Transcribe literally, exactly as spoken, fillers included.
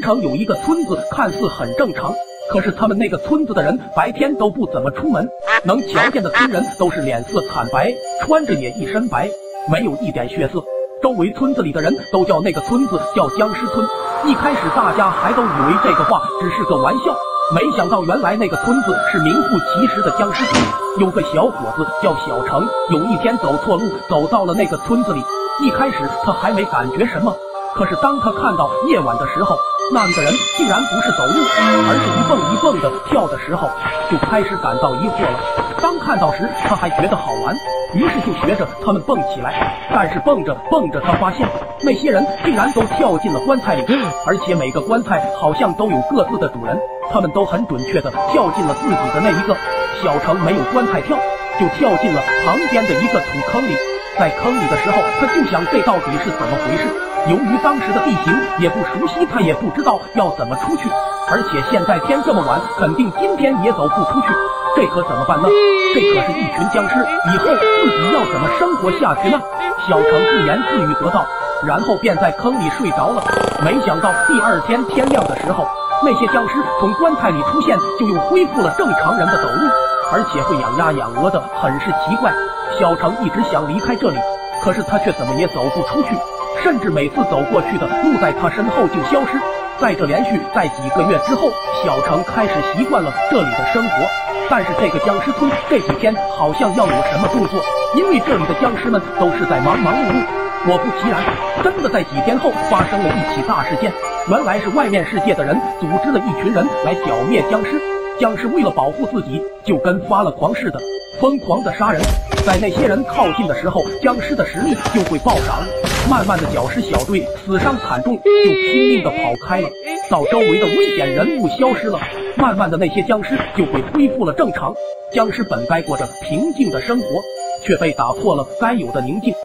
城有一个村子，看似很正常，可是他们那个村子的人白天都不怎么出门，能瞧见的村人都是脸色惨白，穿着也一身白，没有一点血色。周围村子里的人都叫那个村子叫僵尸村。一开始大家还都以为这个话只是个玩笑，没想到原来那个村子是名副其实的僵尸村。有个小伙子叫小程，有一天走错路，走到了那个村子里。一开始他还没感觉什么，可是当他看到夜晚的时候，那里的人竟然不是走路，而是一蹦一蹦的跳的时候，就开始感到疑惑了。当看到时他还觉得好玩，于是就学着他们蹦起来。但是蹦着蹦着他发现那些人竟然都跳进了棺材里，而且每个棺材好像都有各自的主人，他们都很准确的跳进了自己的那一个。小程没有棺材跳，就跳进了旁边的一个土坑里。在坑里的时候他就想这到底是怎么回事，由于当时的地形也不熟悉，他也不知道要怎么出去，而且现在天这么晚，肯定今天也走不出去，这可怎么办呢？这可是一群僵尸，以后自己要怎么生活下去呢？小程自言自语得道，然后便在坑里睡着了。没想到第二天天亮的时候，那些僵尸从棺材里出现，就又恢复了正常人的走路，而且会养鸭养鹅的，很是奇怪。小程一直想离开这里，可是他却怎么也走不出去，甚至每次走过去的路在他身后就消失。在这连续在几个月之后，小程开始习惯了这里的生活。但是这个僵尸村这几天好像要有什么动作，因为这里的僵尸们都是在忙忙碌碌。果不其然，真的在几天后发生了一起大事件。原来是外面世界的人组织了一群人来剿灭僵尸，僵尸为了保护自己，就跟发了狂似的，疯狂的杀人。在那些人靠近的时候，僵尸的实力就会暴涨，慢慢的绞尸小队死伤惨重，就拼命的跑开了。到周围的危险人物消失了，慢慢的那些僵尸就会恢复了正常。僵尸本该过着平静的生活，却被打破了该有的宁静。